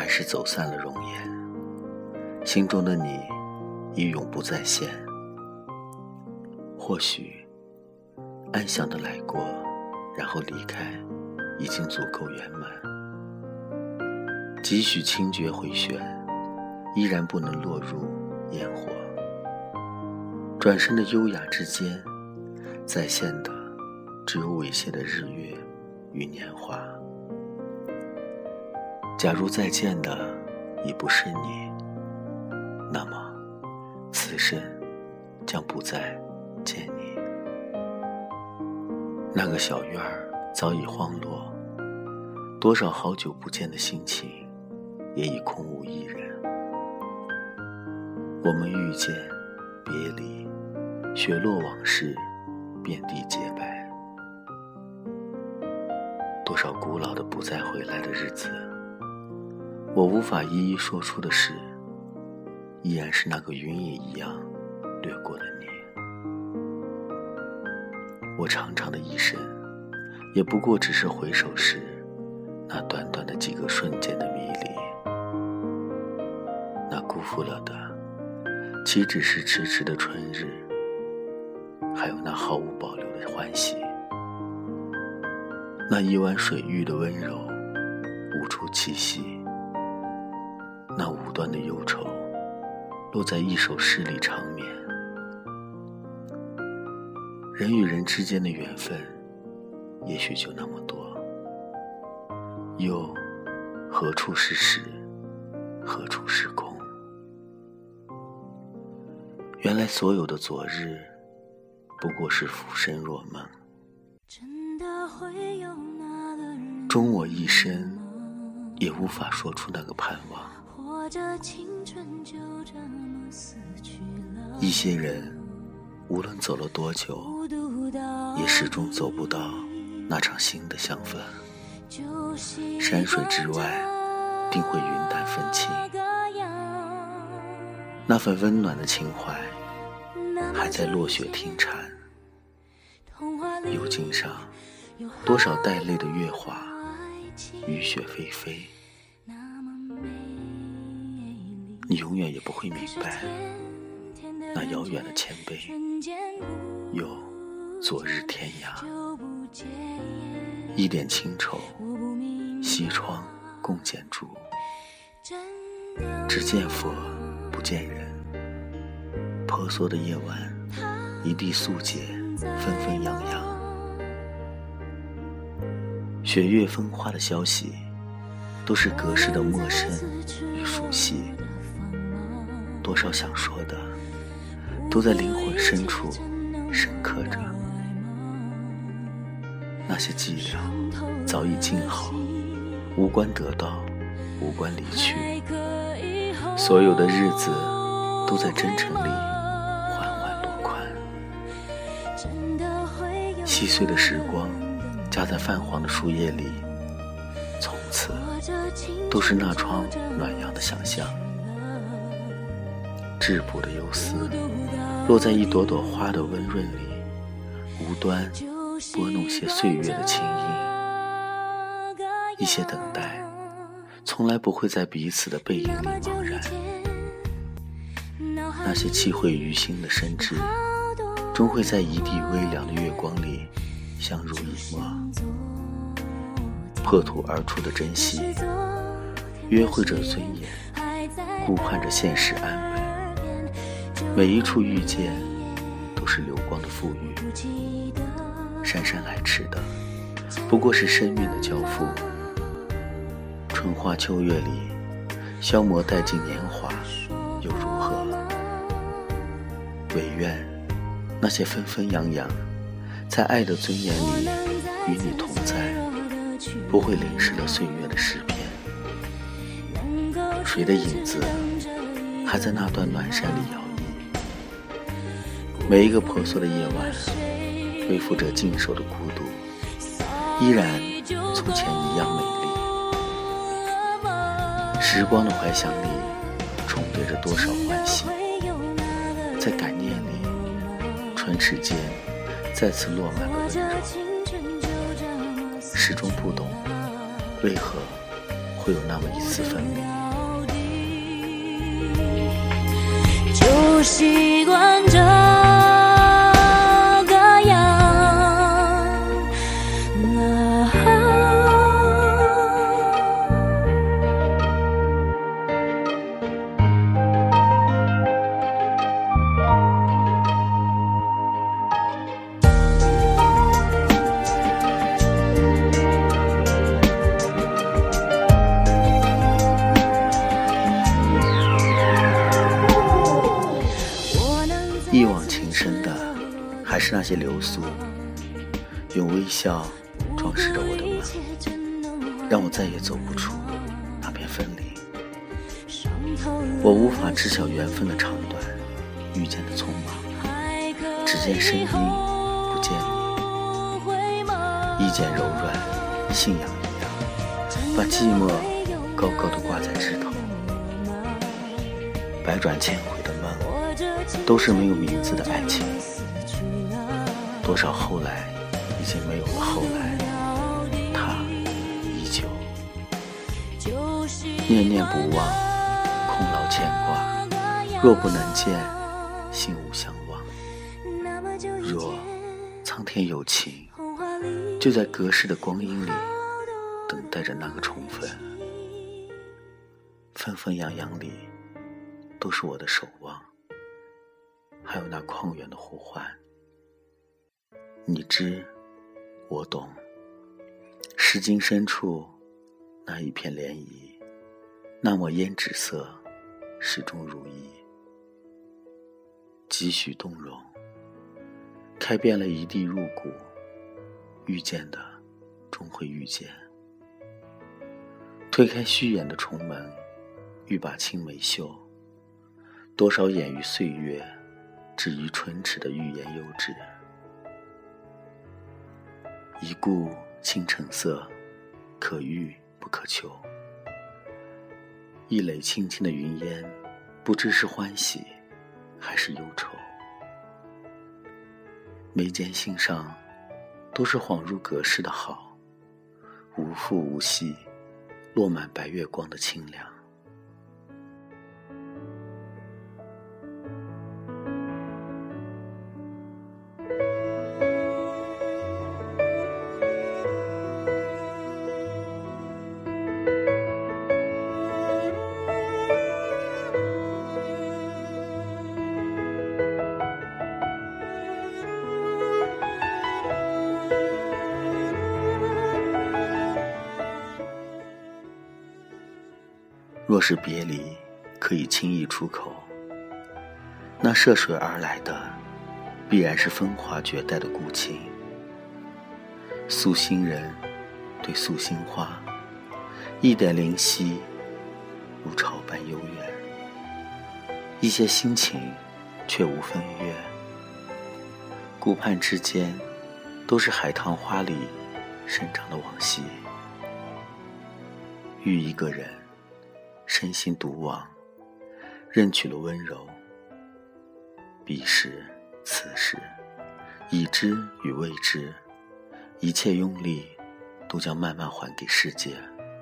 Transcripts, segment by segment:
是走散了容颜，心中的你已永不再现。或许安详的来过，然后离开，已经足够圆满。几许清绝回旋，依然不能落入烟火。转身的优雅之间，再现的只有猥亵的日月与年华。假如再见的已不是你，那么此生将不再见你。那个小院儿早已荒落，多少好久不见的心情也已空无一人。我们遇见别离，雪落往事遍地洁白。多少古老的不再回来的日子，我无法一一说出的事，依然是那个云也一样掠过的你。我长长的一生，也不过只是回首时那短短的几个瞬间的迷离。那辜负了的，岂只是迟迟的春日，还有那毫无保留的欢喜。那一湾水域的温柔无处栖息，那无端的忧愁落在一首诗里长眠。人与人之间的缘分也许就那么多，又何处是时，何处是空？原来所有的昨日不过是浮生若梦。终我一生也无法说出那个盼望。一些人无论走了多久，也始终走不到那场新的相逢。山水之外定会云淡风轻，那份温暖的情怀还在落雪听蝉。幽径上多少带泪的月华，雨雪霏霏。你永远也不会明白，那遥远的前辈有昨日天涯。一点清愁，西窗共剪烛，只见佛不见人。婆娑的夜晚，一地素洁，纷纷扬扬。雪月风花的消息，都是隔世的陌生与熟悉。多少想说的，都在灵魂深处深刻着。那些寂寥早已静好，无关得到，无关离去。所有的日子都在真诚里缓缓落宽。细碎的时光夹在泛黄的树叶里，从此都是那窗暖阳的想象。质朴的忧思落在一朵朵花的温润里，无端拨弄些岁月的轻音。一些等待从来不会在彼此的背影里茫然。那些契会于心的深知，终会在一地微凉的月光里相濡以沫。破土而出的珍惜，约会着尊严，顾盼着现实安稳。每一处遇见都是流光的富裕，姗姗来迟的不过是生命的交付。春花秋月里消磨殆尽年华又如何？唯愿那些纷纷扬扬在爱的尊严里与你同在，不会淋湿了岁月的诗篇。谁的影子还在那段暖山里摇曳？每一个婆娑的夜晚背负着静守的孤独，依然从前一样美丽。时光的怀想里重叠着多少欢喜，在感念里唇齿间再次落满了温柔。始终不懂为何会有那么一丝分离。 就习惯这个样一往情深的还是那些流苏，用微笑装饰着我的梦，让我再也走不出那片分离。我无法知晓缘分的长短，遇见的匆忙，只见声音不见你，一剪柔软，信仰一样，把寂寞高高地挂在枝头。百转千回的梦，都是没有名字的爱情。多少后来已经没有了后来，他依旧念念不忘，空劳牵挂。若不能见，心无相忘。若苍天有情，就在隔世的光阴里等待着那个重逢。纷纷扬扬里都是我的守望，还有那旷远的呼唤。你知我懂，诗经深处那一片涟漪，那抹胭脂色始终如一，几许动容，开遍了一地入骨。遇见的终会遇见，推开虚掩的重门，欲把青梅嗅。多少掩于岁月，止于唇齿的欲言又止。一顾倾城色，可遇不可求。一垒轻轻的云烟，不知是欢喜还是忧愁。眉间心上都是恍如隔世的好，无负无息，落满白月光的清凉。若是别离可以轻易出口，那涉水而来的必然是风华绝代的孤情。素心人对素心花，一点灵犀如潮般悠远，一些心情却无分约。顾盼之间都是海棠花里生长的往昔。遇一个人身心独往，认取了温柔。彼时此时，已知与未知，一切用力都将慢慢还给世界。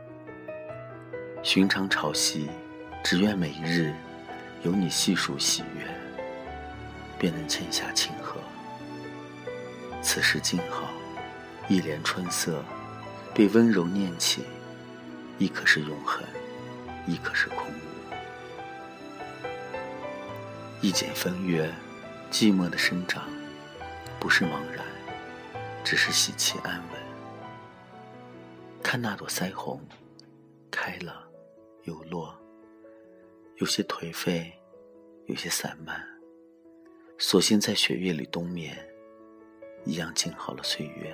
寻常潮汐，只愿每日有你细数喜悦，便能欠下庆贺。此时静好，一帘春色被温柔念起，亦可是永恒，亦可是空无。一剪风月，寂寞的生长，不是茫然，只是喜气安稳。看那朵腮红，开了又落，有些颓废，有些散漫，索性在雪月里冬眠，一样静好了岁月。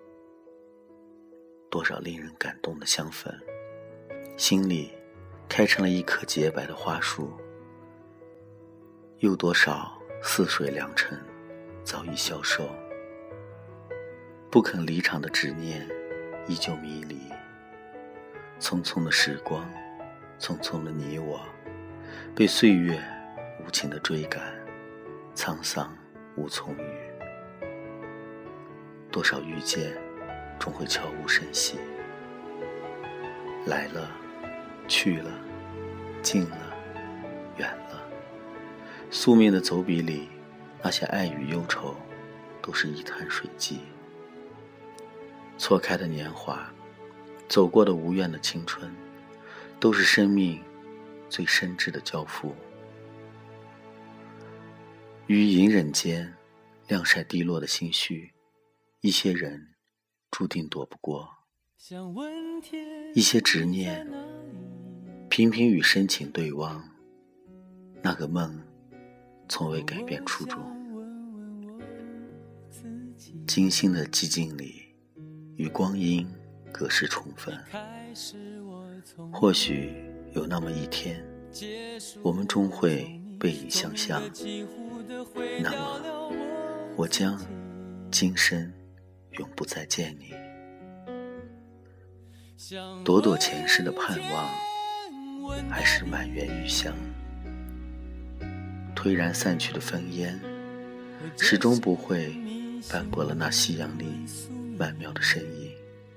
多少令人感动的相逢，心里开成了一棵洁白的花树，又多少似水良辰早已消瘦。不肯离场的执念依旧迷离，匆匆的时光，匆匆的你我，被岁月无情的追赶，沧桑无从语。多少遇见终会悄无声息，来了去了，近了，远了，宿命的走笔里，那些爱与忧愁都是一潭水迹。错开的年华，走过的无怨的青春，都是生命最深挚的交付。于隐忍间晾晒低落的心绪，一些人注定躲不过，一些执念频频与深情对望，那个梦从未改变初衷。精心的寂静里，与光阴隔世重逢，或许有那么一天，我们终会背影相向，那么我将今生永不再见你。朵朵前世的盼望，还是满园余香，推然散去的烽烟，始终不会斑驳了那夕阳里曼妙的身影。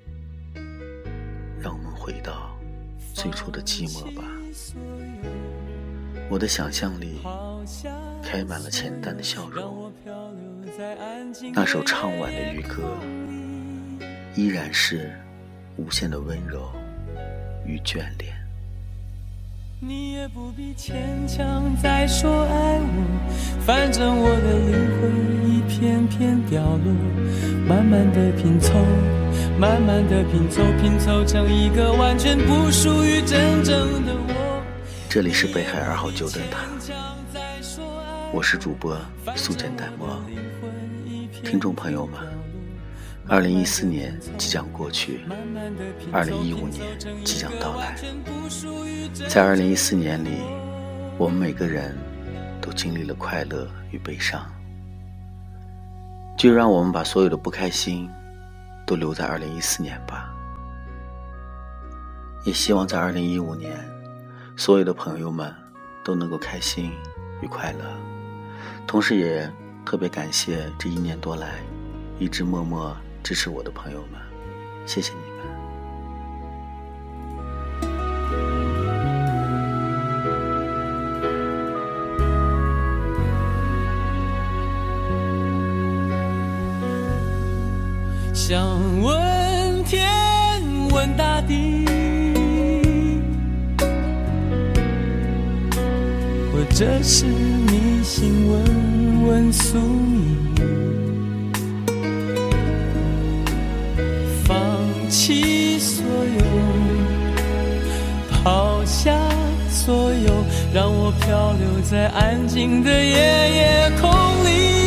让我们回到最初的寂寞吧，我的想象里开满了浅淡的笑容，那首唱晚的渔歌依然是无限的温柔与眷恋。 你也不必牵强再说爱我，反正我的灵魂一片片掉落，慢慢的拼凑，慢慢的拼凑，拼凑成一个完全不属于真正的我。 这里是北海2号旧灯塔，我是主播素简淡漠。听众朋友们，2014年即将过去，2015年即将到来。在2014年里，我们每个人都经历了快乐与悲伤，就让我们把所有的不开心都留在2014年吧。也希望在2015年，所有的朋友们都能够开心与快乐。同时也特别感谢这1年多来一直默默支持我的朋友们，谢谢你们。 想问天问大地，或者是迷信问问宿命，放弃所有，抛下所有，让我漂流在安静的夜夜空里。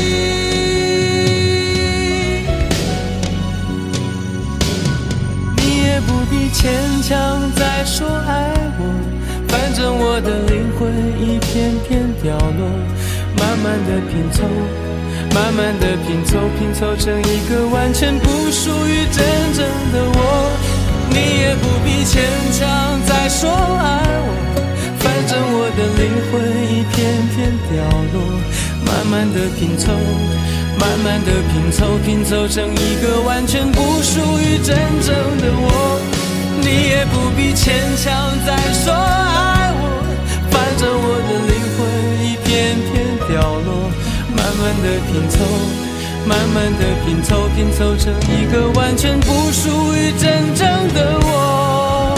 不必牵强再说爱我，反正我的灵魂一片片掉落，慢慢的拼凑，慢慢的拼凑，拼凑成一个完全不属于真正的我。你也不必牵强再说爱我，反正我的灵魂一片片掉落，慢慢的拼凑，慢慢的拼凑，拼凑成一个完全不属于真正的我。你也不必牵强再说爱我，反正我的灵魂一片片掉落，慢慢的拼凑，慢慢的拼凑，拼凑成一个完全不属于真正的我。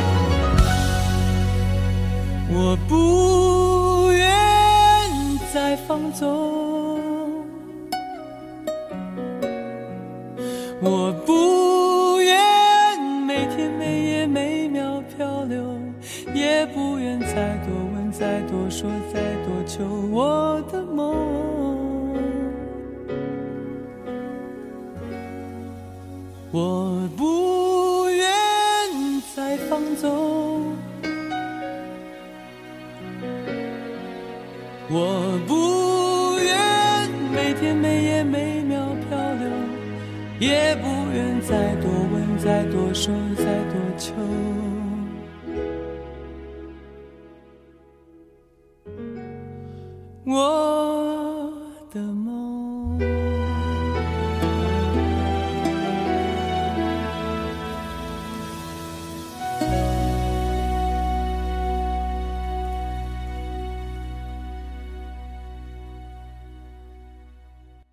我不愿再放纵，我不愿每天每夜每秒漂流，也不愿再多问再多说再多求我的梦。我不愿再放纵，我不愿每天每夜每秒漂流，也不愿再多问再多说再多求。我的梦。